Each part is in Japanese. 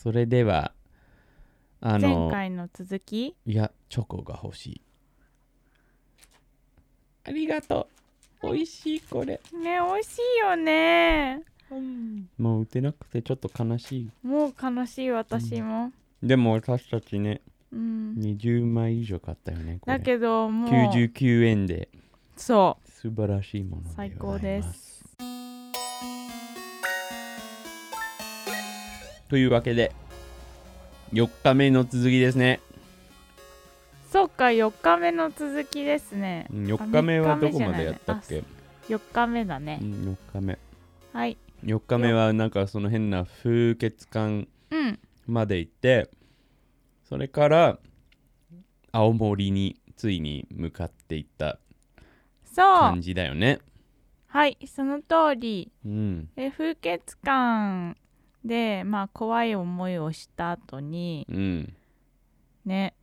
それでは前回の続き。 いやチョコが欲しい。ありがとう。美味しいこれ。 ね、美味しいよね。 もう売ってなくてちょっと悲しい。 もう悲しい私も。 でも私たちね、 うん。 20枚以上買ったよね。これだけどもう 99円でそう素晴らしいものでございます。 最高です。 というわけで4日目の続きですね。 そっか、4日目の続きですね。 4日目はどこまでやったっけ？ 4日目だね。 4日目。 はい。 4日目はなんかその変な風穴館まで行って、それから青森についに向かっていった感じだよね。 はい、その通り。 で風穴館でまあ怖い思いをした後に、ね、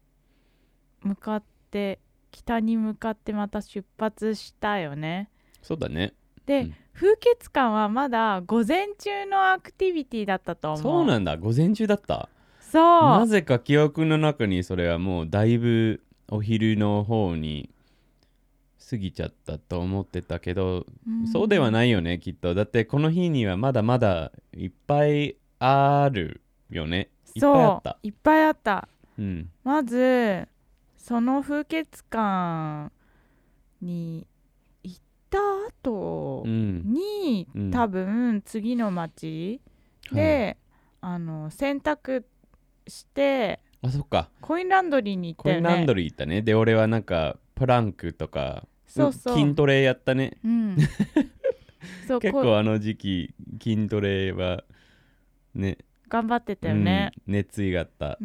北に向かってまた出発したよね。 そうだね。 で、風穴館はまだ午前中のアクティビティだったと思う。 そうなんだ、午前中だった。 そう。 なぜか記憶の中にそれはもうだいぶお昼の方に過ぎちゃったと思ってたけど、そうではないよねきっと。だってこの日にはまだまだいっぱいあるよね。いっぱいあった。 いっぱいあった。まずその風穴館に行った後に、多分次の町で、洗濯してそっか、 コインランドリーに行ったよね。 コインランドリー行ったね。で俺はなんかプランクとか筋トレやったね。そう結構あの時期筋トレはね頑張ってたよね。 熱意があった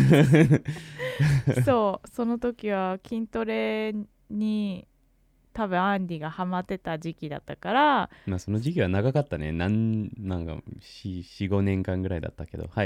そう、その時は筋トレに多分アンディがハマってた時期だったから、 まあその時期は長かったね。なんか 4,5 年間ぐらいだったけど、はい。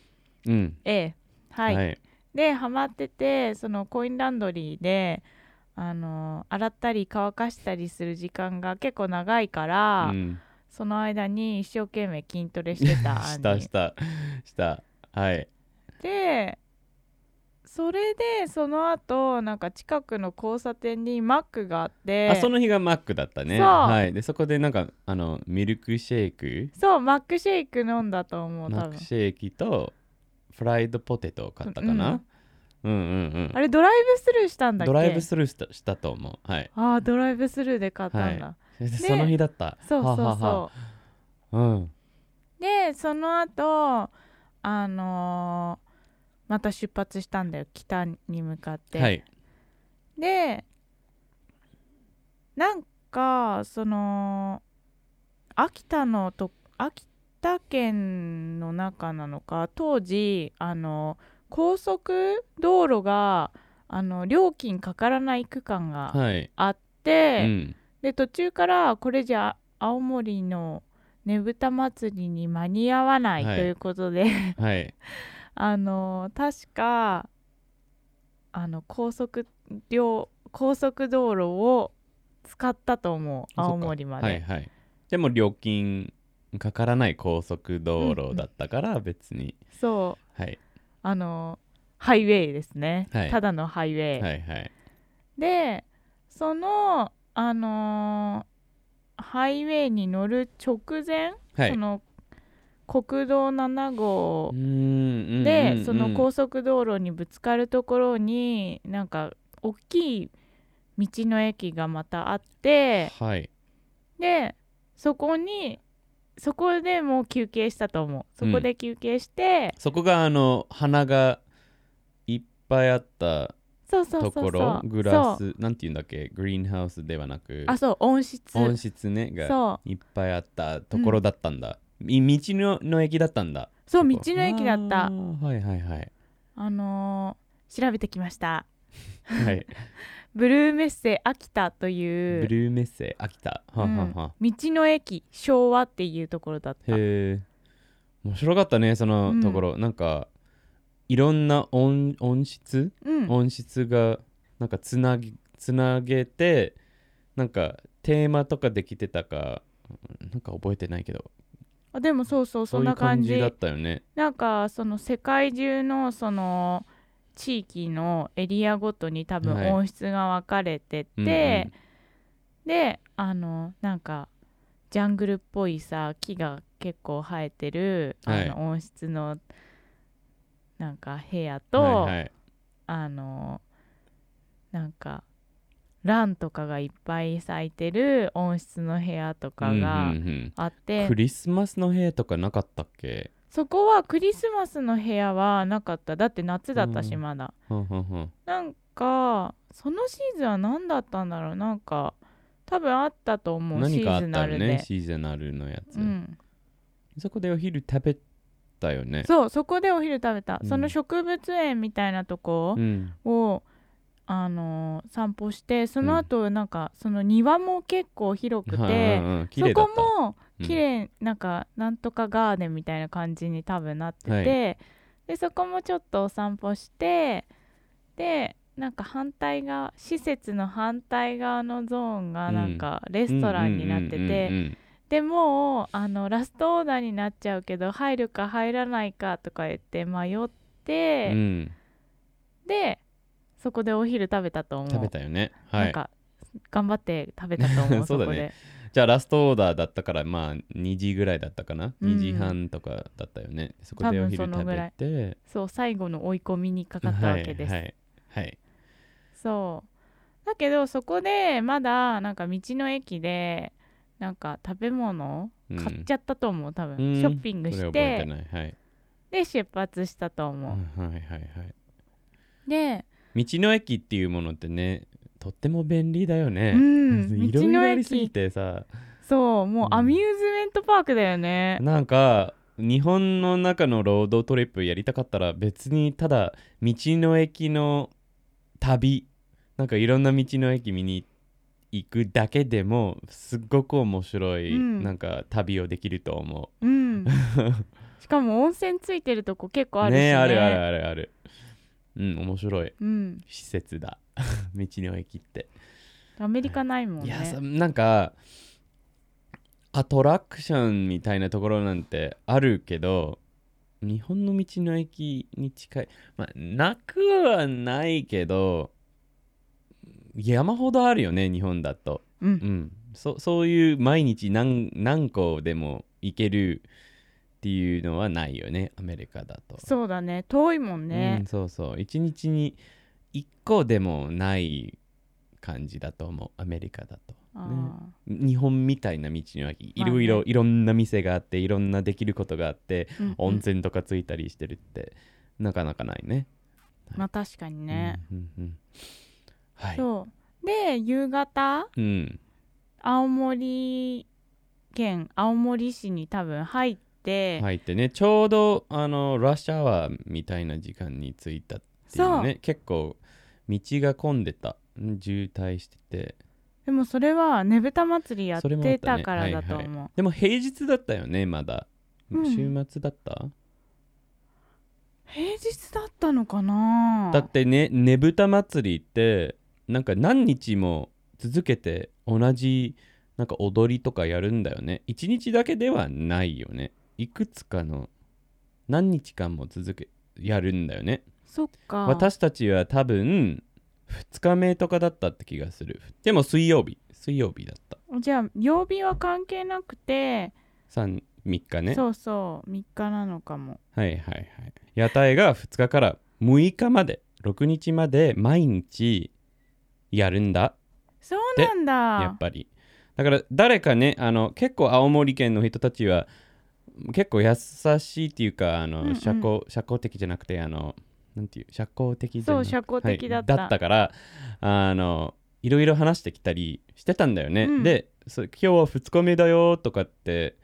はい。でハマってて、そのコインランドリーで洗ったり乾かしたりする時間が結構長いから、その間に一生懸命筋トレしてたアンディしたはい。 でそれでその後なんか近くの交差点にマックがあって、 その日がマックだったね。はい。でそこでなんかミルクシェイク、 そうマックシェイク飲んだと思う。 マックシェイクとフライドポテトを買ったかな。 あれドライブスルーしたんだっけ？ ドライブスルーしたと思う。はい。 ドライブスルーで買ったんだ。 その日だった。 そうでその後また出発したんだよ、北に向かって。でなんかその秋田県の中なのか、当時高速道路が料金かからない区間があって、で途中からこれじゃ青森のねぶた祭りに間に合わないということで、確か高速道路を使ったと思う、青森まで。 でも料金かからない高速道路だったから別に、 そうハイウェイですね、ただのハイウェイ、でそのハイウェイに乗る直前、その国道7号でその高速道路にぶつかるところになんか大きい道の駅がまたあって、でそこでもう休憩したと思う。そこで休憩して、 そこが花がいっぱいあったところ、グラスなんていうんだっけ、グリーンハウスではなく、 温室ねがいっぱいあったところだったんだ。道の駅だったんだ。 そう道の駅だった。調べてきました。ブルーメッセ秋田というブルーメッセ秋田、道の駅昭和っていうところだった。 面白かったねそのところ。なんかいろんな音質がなんかつなげて、なんかテーマとかできてたかなんか覚えてないけど、 あでもそうそうそんなそういう感感じじだったよね。 なんかその世界中のその地域のエリアごとに多分はい音質が分かれてうんて、でなんかジャングルっぽいさ木が結構生えてるはい音質のなんか部屋はと、 いはいなんかランとかがいっぱい咲いてる温室の部屋とかがあっクて、 リスマスの部屋とかなかったっけ？ そこはクリスマスの部屋はなかった。だって夏だったしうんまだ。 ふんふんふんなんかそのシーズンは何だったんだろう。なんか多分あったと思う、 何かあシーズったよね、 ナルで。 シーズナルのやつ。 うん、 そこでお昼食べたよね。 そうそこでお昼食べた、 うんその植物園みたいなとこうんを、散歩して、その後なんかその庭も結構広くて、 綺そこ麗だった。 も綺麗、なんとかガーデンみたいな感じに多分なってて、でそこもちょっとお散歩して、でなんか施設の反対側のゾーンがなんかレストランになってて、でもうラストオーダーになっちゃうけど入るか入らないかとか言って迷って、でそこでお昼食べたと思う。 食べたよね。はい。 なんか頑張って食べたと思う。 そうだねそこで。 じゃあラストオーダーだったからまあ2時ぐらいだったかな、 うん 2時半とかだったよね。そこでお昼多分その食ぐらいべて、 そう最後の追い込みにかかったわけです。 はいはいそうだけどそこでまだなんか道の駅でなんか食べ物買っちゃったと思う、多分、 うんショッピングしそれ覚えてて、 ない。はいで出発したと思う、 はいはいはい。 で道の駅っていうものってね、とっても便利だよね。いろい道のろありすぎ駅てさ、 そうもうアミューズメントパークだよね。 なんか日本の中のロードトリップやりたかったら別にただ道の駅の旅、なんかいろんな道の駅見に行くだけでもすっごく面白い、なんか旅をできると思う。 しかも温泉ついてるとこ結構あるしね。 あるあるあるある。面白い、施設だ道の駅って。 アメリカないもんね。 いやなんかアトラクションみたいなところなんてあるけど、日本の道の駅に近い、まあなくはないけど山ほどあるよね日本だと。そういう毎日何個でも行けるっていうのはないよねアメリカだと。 そうだね、遠いもんね。 そうそう、一日に1個でもない感じだと思うアメリカだと、日本みたいな道の駅いろんな店があっていろんなできることがあって、温泉とかついたりしてるってなかなかないね。 まあ確かにね。 はい。 そうで夕方、青森県青森市に多分入ってね、ちょうどラッシュアワーみたいな時間に着いたっていうね。結構道が混んでた、渋滞してて。 でもそれはねぶた祭りやってたからだと思う。 でも平日だったよねまだ、週末だった？ 平日だったのかな。 だってねぶた祭りってなんか何日も続けて同じなんか踊りとかやるんだよね。一日だけではないよね。いくつかの何日間もやるんだよね。 そっか。 私たちは多分2日目とかだったって気がする。でも水曜日だった。 じゃあ曜日は関係なくて 3日ね。 そうそう3日なのかも。 はい屋台が2日から6日まで6日まで毎日やるんだ。 そうなんだ。 やっぱりだから誰かね結構青森県の人たちは結構優しいっていうか社交的じゃなくてなんていう社交的じゃなくてそう社交的だった、 だったからいろいろ話してきたりしてたんだよね、で今日は2日目だよとかって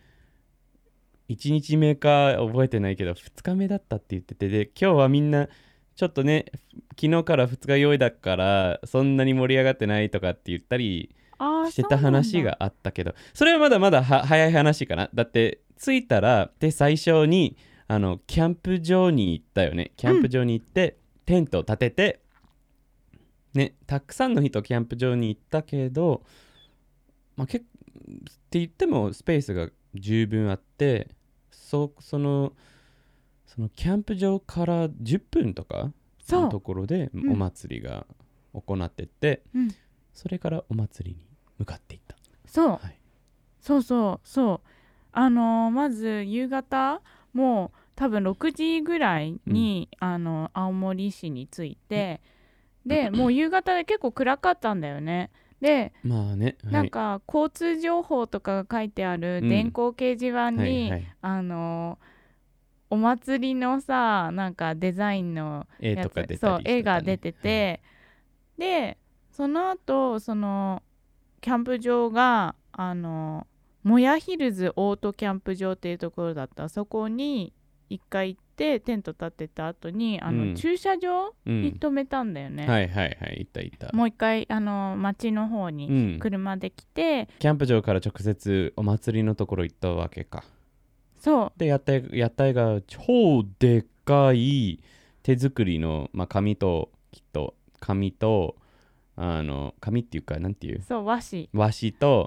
1日目か覚えてないけど2日目だったって言ってて、で今日はみんなちょっとね昨日から2日酔いだからそんなに盛り上がってないとかって言ったりしてた話があったけど、それはまだまだ早い話かな。だって着いたらで最初にキャンプ場に行ったよね。キャンプ場に行って、テントを立ててね、たくさんの人キャンプ場に行ったけど、って言ってもスペースが十分あって、 そのキャンプ場から10分とかのところでお祭りが行ってて、それからお祭りに向かっていった。 そう、はい、そうまず夕方もう多分6時ぐらいに、青森市に着いて、でもう夕方で結構暗かったんだよね。で、 まあね、 なんか交通情報とかが書いてある電光掲示板に、お祭りのさ、なんかデザインの絵とか出たりしてたね。 そう、絵が出てて、でその後そのキャンプ場がモヤヒルズオートキャンプ場っていうところだった。そこに一回行ってテント立てた後に駐車場に止めたんだよね。 はいはいはい、行った。 もう一回町の方に車で来て、 キャンプ場から直接お祭りのところ行ったわけか。 そうで屋台が超でかい手作りの、紙と紙っていうかなんていう、 そう和紙と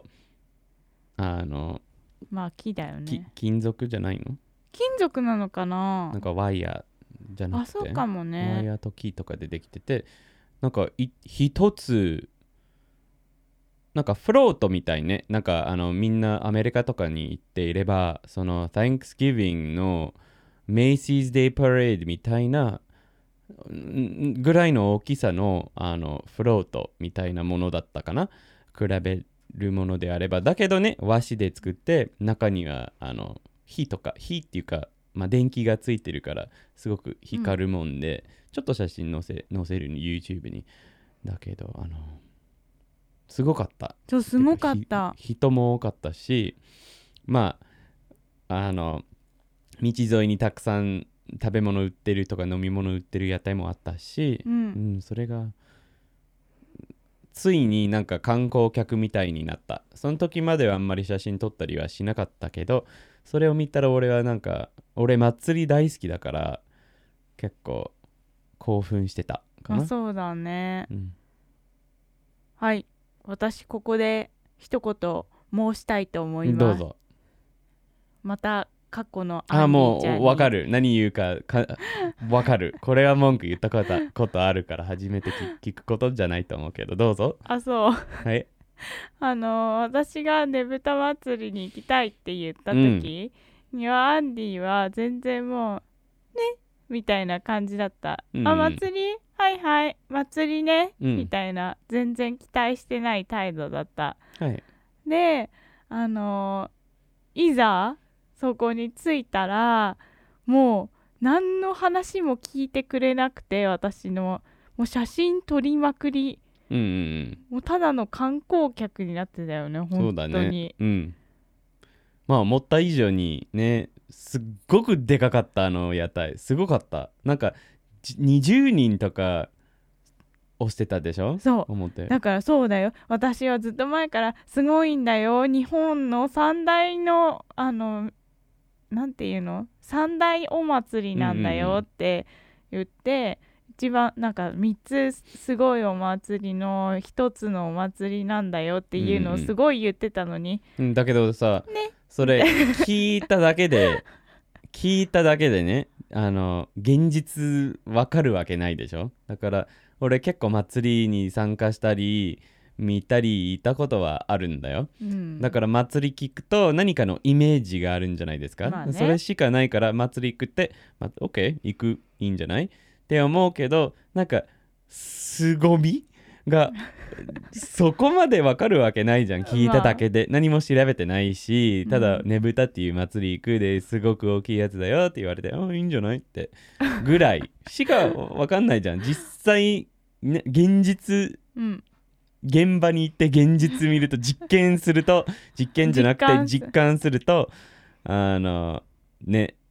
木だよね。 金属じゃないの？ 金属なのかな？ なんかワイヤーじゃなくて、 そうかもね。 ワイヤーと木とかでできてて、なんか一つなんかフロートみたいね。なんかみんなアメリカとかに行っていれば、その Thanksgiving の Macy's Day Parade みたいなぐらいの大きさのフロートみたいなものだったかな。比べるものであれば。だけどね、和紙で作って、中には火っていうか、電気がついてるからすごく光るもんで、ちょっと写真載せるの YouTube に。だけどすごかった。 そう、すごかった。 人も多かったし、道沿いにたくさん食べ物売ってるとか飲み物売ってる屋台もあったし、それがついになんか観光客みたいになった。その時まではあんまり写真撮ったりはしなかったけど、それを見たら俺祭り大好きだから結構興奮してたかな。 そうだね、はい、私ここで一言申したいと思います。 どうぞ。 また過去のアンディちゃんに。 もう分かる。何言うか分かる。これは文句言ったことあるから初めて聞くことじゃないと思うけど、どうぞ。 そう。 はい。 私がねぶた祭りに行きたいって言った時には、アンディは全然もうねみたいな感じだった。祭りはいはい祭りね、みたいな、全然期待してない態度だった。 はい、 でいざそこに着いたらもう何の話も聞いてくれなくて、私のもう写真撮りまくり、もうただの観光客になってたよね、本当に。そうだね。 思った以上にね、すっごくでかかった。屋台すごかった。なんか20人とか押してたでしょ。 そう思ってだからそうだよ、私はずっと前からすごいんだよ、日本の三大のなんていうの、三大お祭りなんだよって言って、一番なんか3つすごいお祭りの1つのお祭りなんだよっていうのをすごい言ってたのに、 だけどさ、それ聞いただけでね、現実わかるわけないでしょ。だから俺結構祭りに参加したり見たりいたことはあるんだよ、だから祭り聞くと何かのイメージがあるんじゃないですか、それしかないから祭り行くって、OK 行く、いいんじゃないって思うけど、なんか凄みがそこまでわかるわけないじゃん。聞いただけで、何も調べてないし、ただねぶたっていう祭り行くですごく大きいやつだよって言われて、いいんじゃないってぐらいしかわかんないじゃん。実際、ね、現実、現場に行って現実見ると、実験すると実験じゃなくて実感するとね、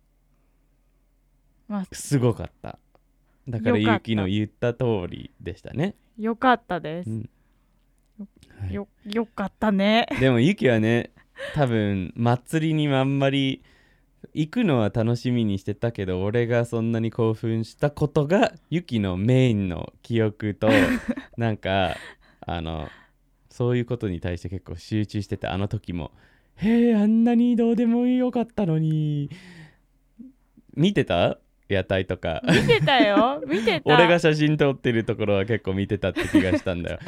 すごかった。だからゆきの言った通りでしたね。 よかったです、よかったね。 でもゆきはね、多分祭りにあんまり行くのは楽しみにしてたけど、俺がそんなに興奮したことがゆきのメインの記憶となんかそういうことに対して結構集中してて、あの時もあんなにどうでもよかったのに。見てた屋台とか。 見てたよ見てた。 俺が写真撮ってるところは結構見てたって気がしたんだよ。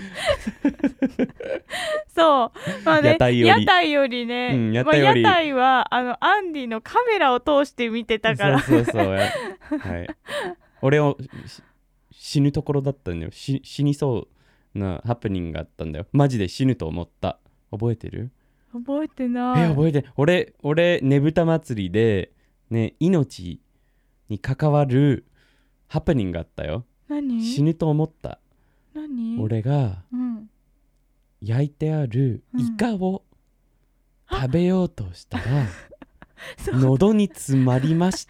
そうまあね、 屋台よりね、 うん屋まあ、 台より屋台はアンディのカメラを通して見てたからそうはい。俺を死ぬところだったんだよ。死にそうなハプニングがあったんだよ。マジで死ぬと思った。覚えてる？ 覚えてない。 覚えて俺ねぶた祭りでね、命に関わるハプニングがあったよ。 何？ 死ぬと思った。 何？ 俺が焼いてあるイカを食べようとしたら、喉に詰まりました。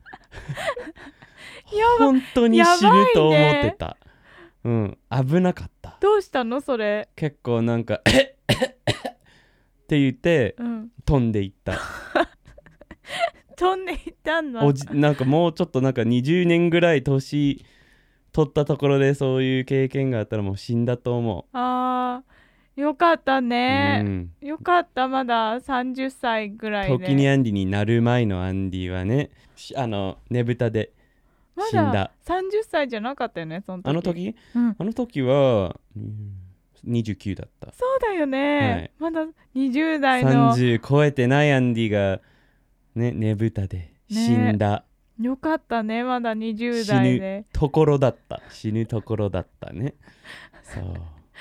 本当に死ぬと思ってた。危なかった。 どうしたのそれ？ 結構なんかって言って、飛んでいった飛んでいったんだ。 なんかもうちょっとなんか20年ぐらい年取ったところでそういう経験があったらもう死んだと思う。 よかったね、よかった。まだ30歳ぐらいで。 時にアンディになる前のアンディはね、ねぶたで死んだ。 まだ30歳じゃなかったよねその時。 あの時は、29だった。 そうだよね、まだ20代の 30超えてないアンディがねぶたで死んだ、 よかったね。まだ20代で死ぬところだったね。そう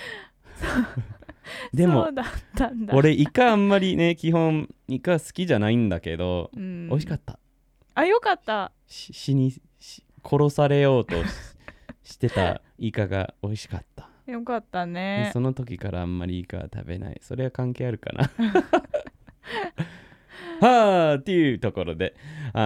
でもそうだったんだ。 俺イカあんまりね、基本イカ好きじゃないんだけど、美味しかった。 よかった。 殺されようとしてたイカが美味しかった。 よかったね。 その時からあんまりイカは食べない。それは関係あるかな。はあっていうところで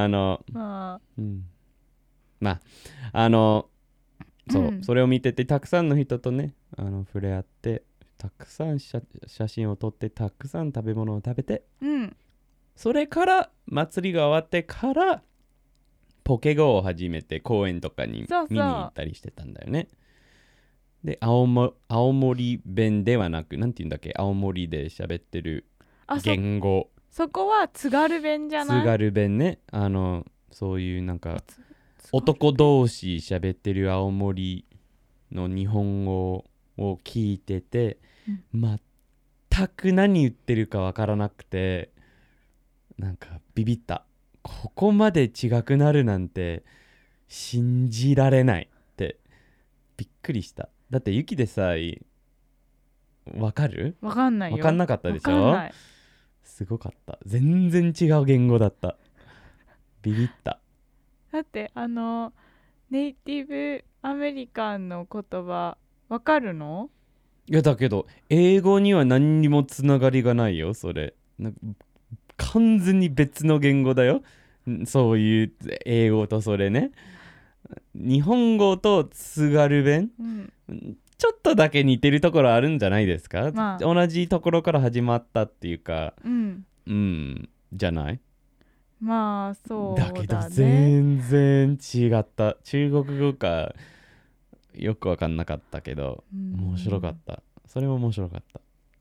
それを見ててたくさんの人とね触れ合って、たくさん写真を撮って、たくさん食べ物を食べて、それから祭りが終わってからポケ GO を始めて公園とかに見に行ったりしてたんだよね。で青森弁ではなく、なんていうんだっけ、青森で喋ってる言語、 そこは津軽弁じゃない？ 津軽弁ね。そういうなんか男同士喋ってる青森の日本語を聞いてて、全く何言ってるかわからなくて、なんかビビった。ここまで違くなるなんて信じられないってびっくりした。だって雪でさえわかる？ わかんないよ。 わかんなかったでしょ？すごかった。全然違う言語だった。ビビった。 だってネイティブアメリカンの言葉わかるの？ いやだけど英語には何にもつながりがないよ。それ完全に別の言語だよ。そういう英語とそれね。日本語と津軽弁、ちょっとだけ似てるところあるんじゃないですか、同じところから始まったっていうか、じゃない？ そうだね。 だけど全然違った。中国語かよく分かんなかったけど、面白かった。それも面白かった。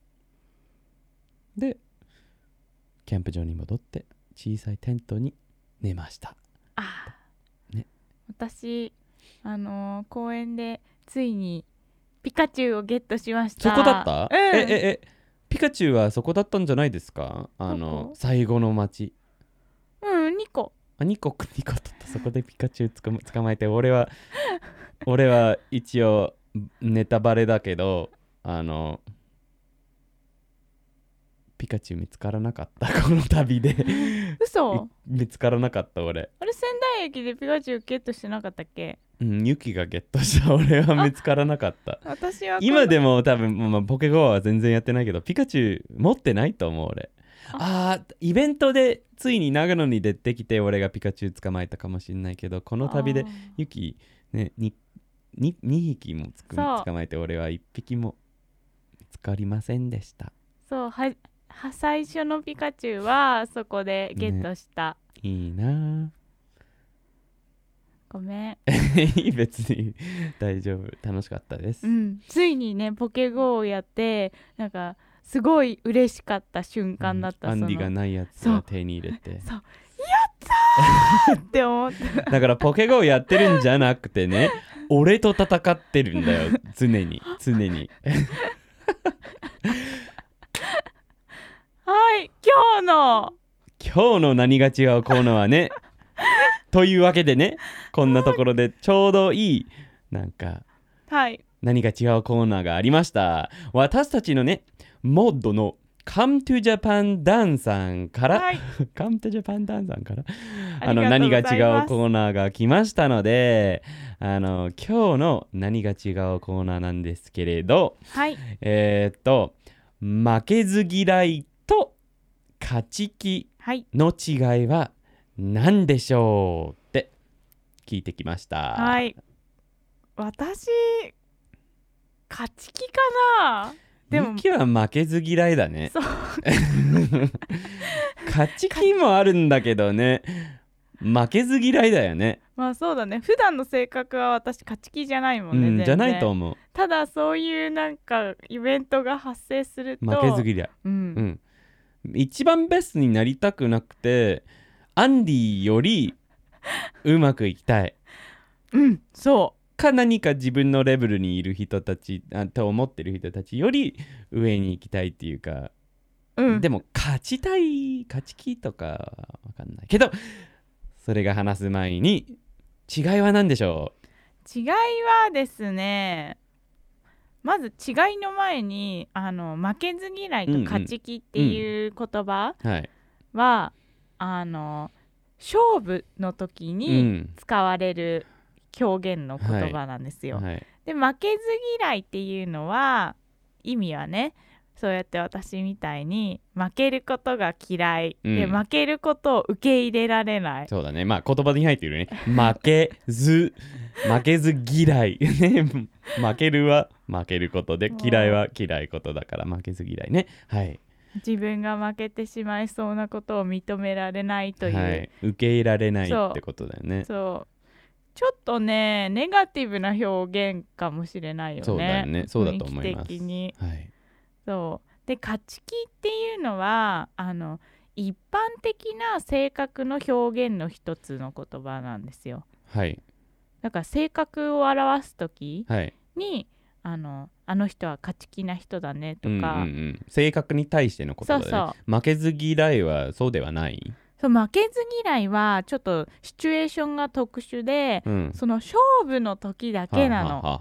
でキャンプ場に戻って小さいテントに寝ました。 私公園でついにピカチュウをゲットしました。 そこだった？ピカチュウはそこだったんじゃないですか？最後の町。 2個取った。そこでピカチュウ捕まえて、俺は一応ネタバレだけどピカチュウ見つからなかった。この旅で嘘？ 見つからなかった。俺あれ仙台駅でピカチュウゲットしてなかったっけ？ ユキがゲットした。俺は見つからなかった。 私は今でも多分、ポケゴーは全然やってないけど、ピカチュウ持ってないと思う俺。イベントでついに長野に出てきて俺がピカチュウ捕まえたかもしれないけど、この旅でユキね 2匹も捕まえて、俺は1匹も見つかりませんでした。 そう最初のピカチュウはそこでゲットした、 いいな。 ごめん別に大丈夫。楽しかったです、 ついにねポケゴーをやって、なんかすごい嬉しかった瞬間だった、 アンディがないやつを手に入れて、 そうやったーって思っただからポケゴーやってるんじゃなくてね、俺と戦ってるんだよ、常にはい、今日の何が違うコーナーはねというわけでね、こんなところでちょうどいいなんか、 はい、 何が違うコーナーがありました。私たちのねモッドのCome to Japan ダンさんから、はい、Come to Japan ダンさんから何が違うコーナーが来ましたので、今日の何が違うコーナーなんですけれど、 はい、 負けず嫌いと勝ち気の違いは何でしょうって聞いてきました。 はい、私勝ち気かな。 でもユキは負けず嫌いだね。 そう勝ち気もあるんだけどね、負けず嫌いだよね。 まあそうだね、普段の性格は私勝ち気じゃないもんね、全然じゃないと思う。 ただそういうなんかイベントが発生すると負けず嫌い、一番ベストになりたくなくてアンディよりうまくいきたいそうか、何か自分のレベルにいる人たちと思ってる人たちより上に行きたいっていうか、でも勝ち気とかわかんないけど、それが話す前に違いは何でしょう。違いはですね、まず違いの前に負けず嫌いと勝ち気っていう言葉は、勝負の時に使われる表現の言葉なんですよ、で負けず嫌いっていうのは意味はね、そうやって私みたいに負けることが嫌い、で負けることを受け入れられない。 そうだね、まあ言葉に入ってるね負けず嫌いね負けるは負けることで、嫌いは嫌いことだから負けず嫌いね。はい、 自分が負けてしまいそうなことを認められないという、 受け入れられないってことだよね。 そうちょっとねネガティブな表現かもしれないよね。 そうだよね、そうだと思います。 雰囲気的に、そうで勝ち気っていうのは一般的な性格の表現の一つの言葉なんですよ。だから性格を表すときに、あの人は勝ち気な人だねとか、 性格に対してのことだね。負けず嫌いはそうではない。 負けず嫌いはちょっとシチュエーションが特殊で、その勝負の時だけなの。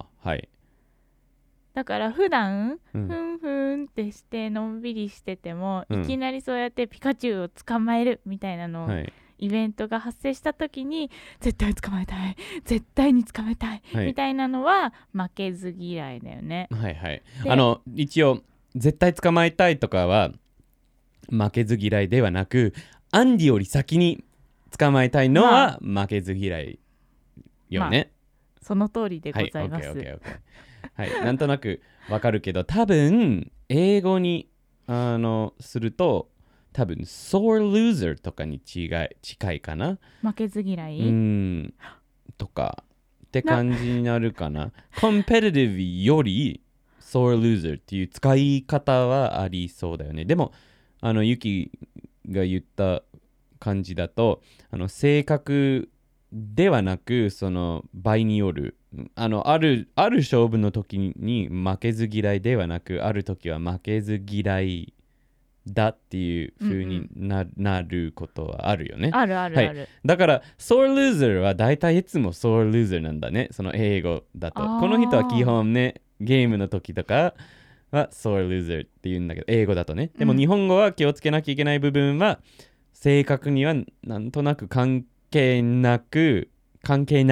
だから普段ふんふんってしてのんびりしてても、いきなりそうやってピカチュウを捕まえるみたいなのを、イベントが発生した時に絶対捕まえたい、絶対に捕まえたい、みたいなのは負けず嫌いだよね。 一応絶対捕まえたいとかは負けず嫌いではなく、アンディより先に捕まえたいのは負けず嫌いよね。 その通りでございます。 なんとなくわかるけど、多分英語にすると多分 sore loser とかに近いかな。 負けず嫌いとかって感じになるかな。competitive より sore loser っていう使い方はありそうだよね。でもユキが言った感じだと性格ではなく、その場合によるある勝負の時に負けず嫌いではなく、ある時は負けず嫌いだっていう風になることはあるよね。 ある。 だからsore loserはだいたいいつもsore loserなんだね、その英語だと。この人は基本ね、ゲームの時とかはsore loserって言うんだけど、英語だとね。でも日本語は気をつけなきゃいけない部分は、性格にはなんとなく関係ない。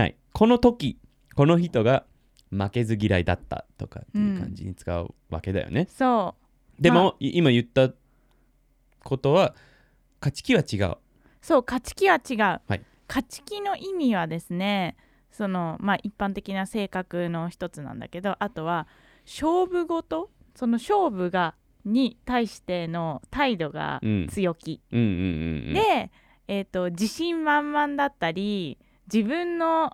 この時この人が負けず嫌いだったとかっていう感じに使うわけだよね。でも、今言ったことは勝ち気は違う。 勝ち気は違う。勝ち気の意味はですね、一般的な性格の一つなんだけど、あとは勝負事、その勝負に対しての態度が強気、で、自信満々だったり、自分の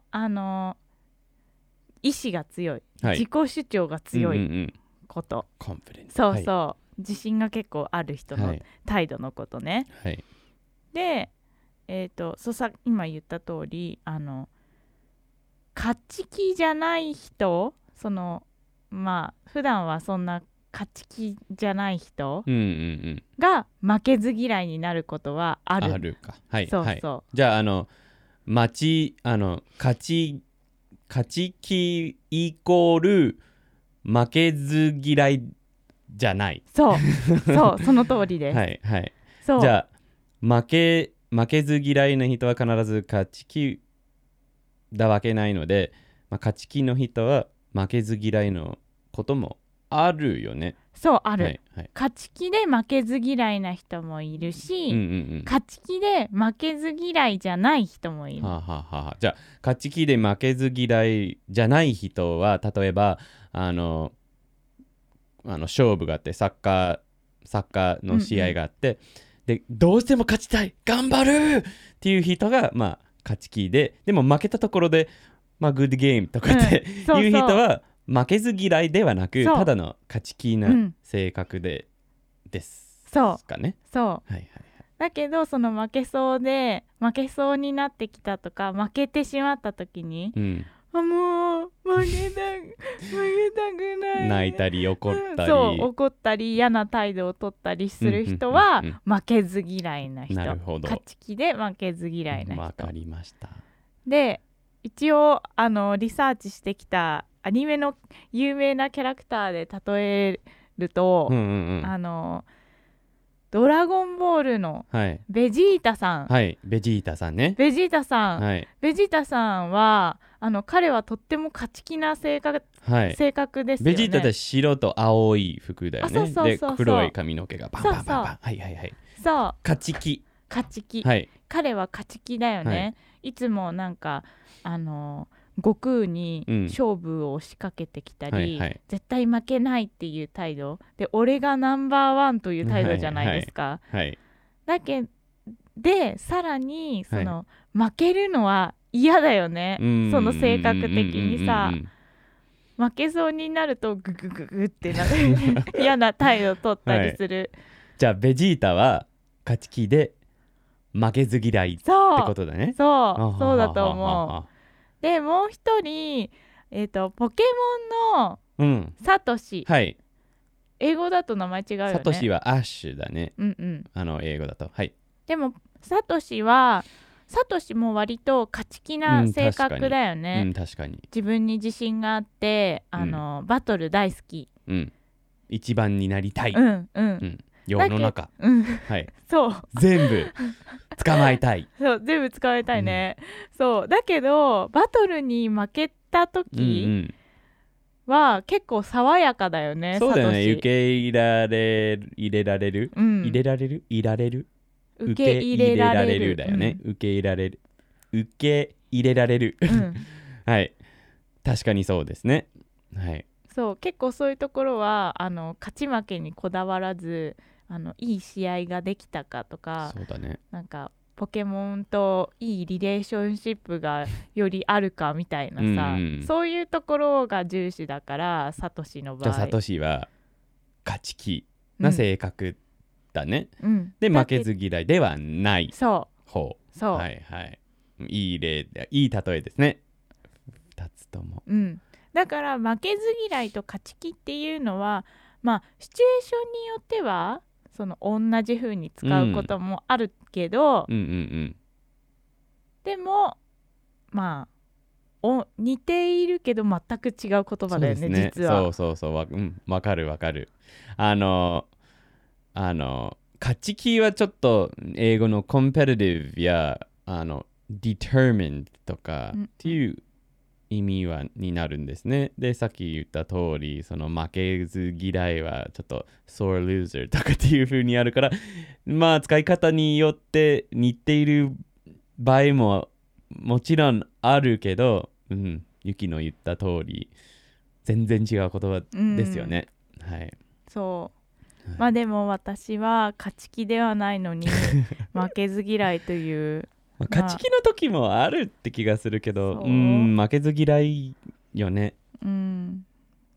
意志が強い、自己主張が強いこと、 自信が結構ある人の態度のことね、 はい、 で今言った通り勝ち気じゃない人、まあ普段はそんな勝ち気じゃない人が負けず嫌いになることはある。 あるか。はい、 そうそう。 はい、じゃあ勝ち気イコール負けず嫌いじゃない。 そうそうその通りです。 はいはい。 そうじゃあ負けず嫌いな人は必ず勝ち気だわけないので、勝ち気の人は負けず嫌いのこともあるよね。 そうある、 はいはい、 勝ち気で負けず嫌いな人もいるし、勝ち気で負けず嫌いじゃない人もいる。 はあはあはあ、じゃあ勝ち気で負けず嫌いじゃない人は、例えば勝負があって、サッカーの試合があって、でどうしても勝ちたい頑張るっていう人が勝ち気で、でも負けたところでグッドゲームとかっていう人は負けず嫌いではなく、ただの勝ち気な性格ですかね。 そう、 はいはい、 だけどその負けそうになってきたとか、負けてしまった時に、もう負けたくない、 泣いたり怒ったり、 怒ったり嫌な態度を取ったりする人は負けず嫌いな人。 なるほど。 勝ち気で負けず嫌いな人。 わかりました。で一応リサーチしてきたアニメの有名なキャラクターで例えると、ドラゴンボールのベジータさん、 はい、ベジータさんね。 ベジータさん、 はい、 ベジータさんは彼はとっても勝ち気な性格ですよね。 ベジータって白と青い服だよね。で黒い髪の毛がバンバンバンバン。はいはいはい。そう。勝ち気。はい。 彼は勝ち気だよね。いつもなんか悟空に勝負を仕掛けてきたり、絶対負けないっていう態度で、俺がナンバーワンという態度じゃないですか。だけでさらに負けるのは嫌だよね。その性格的にさ、負けそうになるとググググってなる嫌な態度を取ったりする、 じゃあベジータは勝ち気で負けず嫌いってことだね。 そうだと思う。でもう一人、ポケモンのサトシ、英語だと名前違うよね。 サトシはアッシュだね。英語だと。はい。 でもサトシも割と勝ち気な性格だよね。 確かに。 自分に自信があってバトル大好き。 一番になりたい。世の中。はい。 そう。 全部捕まえたい。 そう、全部捕まえたいね。そう。だけどバトルに負けた時は結構爽やかだよね。 そうだよね。受け入れられる。受け入れられるだよね。受け入れられる。はい。確かにそうですね。はい。 そう、結構そういうところは勝ち負けにこだわらず、いい試合ができたかとか、 そうだね。 なんかポケモンといいリレーションシップがよりあるかみたいなさ、そういうところが重視だから、サトシの場合。 じゃあサトシは勝ち気な性格だね。で負けず嫌いではない方。はいはい。いい例で、いい例えですね。2つとも。 だから負けず嫌いと勝ち気っていうのは、シチュエーションによっては同じ風に使うこともあるけど、でも似ているけど全く違う言葉だよね、実は。 そうわかる。勝ち気はちょっと英語の competitive やdetermined とかっていう意味になるんですね。で、さっき言った通り、負けず嫌いはちょっと sore loser とかっていう風にあるから、使い方によって似ている場合ももちろんあるけど、ユキの言った通り全然違う言葉ですよね。はい。 そう。でも私は勝ち気ではないのに負けず嫌いという勝ち気の時もあるって気がするけど、負けず嫌いよね。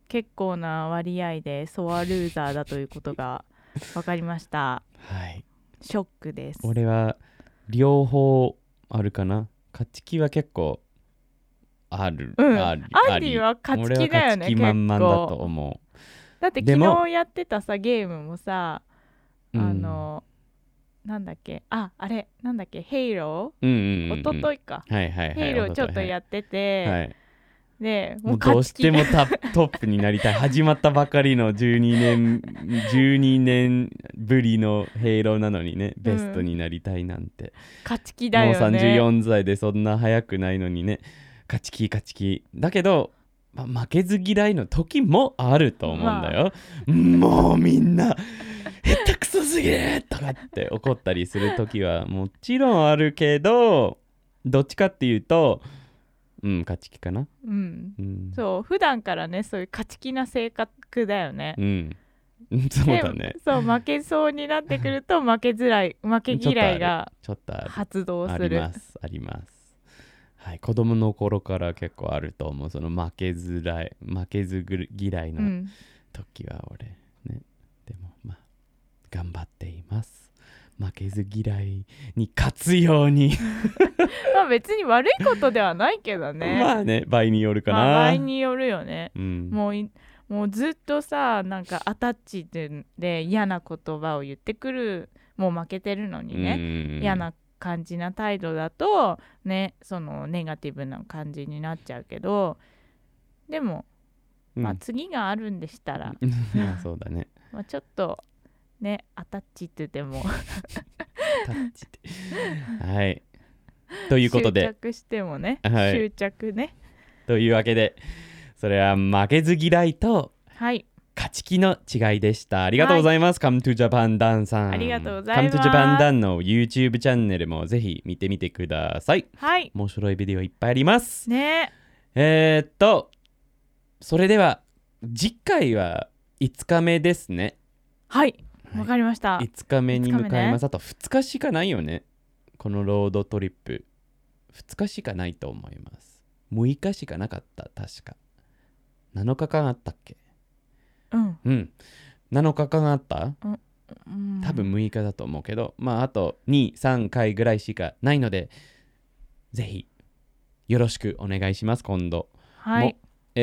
結構な割合でソアルーザーだということが分かりましたはい。 ショックです。 俺は両方あるかな。勝ち気は結構ある。 うん、 あアンディり。 は勝ち俺は気だよね。 勝ち気満々だと結構思だって昨でも日やってたさゲームもさ、 う。 なんだっけ、あれなんだっけ、ヘイロうんうんー、 うんうん。 おとといか、 はいはいはい。 ヘイローちょっとやってて、 はい。 でもうどうしてもトップになりたい。始まったばかりの12年ぶりのヘイローなのにね、ベストになりたいなんて。 勝ち気だもうよね。 34歳でそんな早くないのにね、勝ち気。だけど、負けず嫌いの時もあると思うんだよ。もうみんな、下手くそすぎるとかって怒ったりする時はもちろんあるけど、どっちかっていうと、勝ち気かな。 そう、普段からね、そういう勝ち気な性格だよね。 そうだね。 そう、負けそうになってくると負け嫌いがちょっと発動する。 あります。はい、子供の頃から結構あると思う。その負けず嫌いの時は俺ね。でも頑張っています。負けず嫌いに勝つように別に悪いことではないけどね。 まあね、場合によるかな。 場合によるよね。もうずっとさ、なんかアタッチで嫌な言葉を言ってくる、もう負けてるのにね、嫌な感じな態度だとね、そのネガティブな感じになっちゃうけど、でも、次があるんでしたらそうだね。 ちょっとね、アタッチってでもはい。ということで執着してもね、 はい、 執着ね。 というわけで、それは負けず嫌いと勝ち気の違いでした。ありがとうございます。Come to Japan Dan さん。 ありがとうございます。 Come to Japan Dan の YouTube チャンネルもぜひ見てみてください。 はい。 面白いビデオいっぱいあります。 ね。 それでは次回は5日目ですね。 はい。わかりました。 5日目に向かいます。あと2日しかないよね。このロードトリップ。2日しかないと思います。6日しかなかった、確か。7日間あったっけ。7日間あった、多分6日だと思うけど、あと2、3回ぐらいしかないので、ぜひよろしくお願いします、今度。 はい。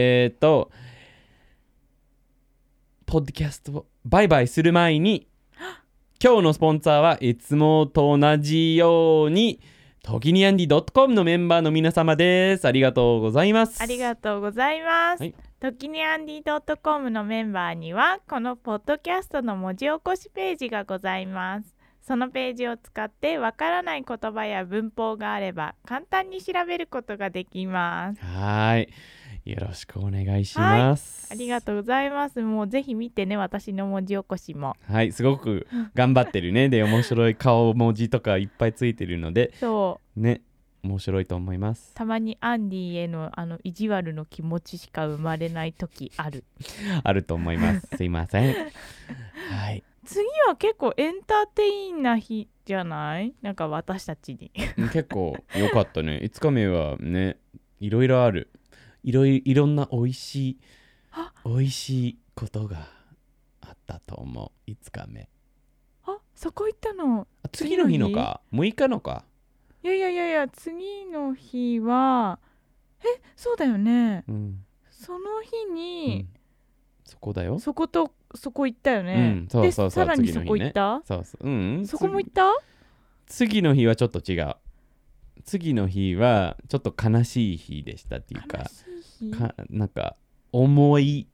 ポッドキャストをバイバイする前に、今日のスポンサーはいつもと同じようにトキニアンディ .com のメンバーの皆様です。ありがとうございます。 ありがとうございます。トキニアンディ .com のメンバーにはこのポッドキャストの文字起こしページがございます。そのページを使ってわからない言葉や文法があれば簡単に調べることができます。 はい。よろしくお願いします。 ありがとうございます。もうぜひ見てね、私の文字起こしも。 はい、すごく頑張ってるね。で、面白い顔文字とかいっぱいついてるので、 そうね、面白いと思います。 たまにアンディへの意地悪の気持ちしか生まれない時ある。 あると思います。すいません。はい。 次は結構エンターテインな日じゃない？なんか私たちに。 結構良かったね。5日目はね、いろいろある。いろんな美味しいことがあったと思う。5日目。 そこ行ったの次の日のか6日のか。 いや次の日はそうだよね、その日に、 そこだよ。 そこ行ったよね、 そうさらにそこ行った、そこも行った。 次の日はちょっと違う。次の日はちょっと悲しい日でしたっていうか、なんか重い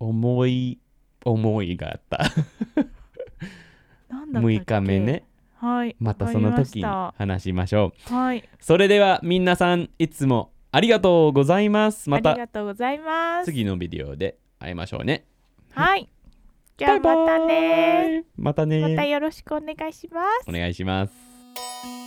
があった6日目ね。 はい、 またその時に話しましょう。はい、 それでは皆さんいつもありがとうございます。またありがとうございます。 次のビデオで会いましょうね。 はい、じゃあまたね。 またね。 またよろしくお願いします。 お願いします。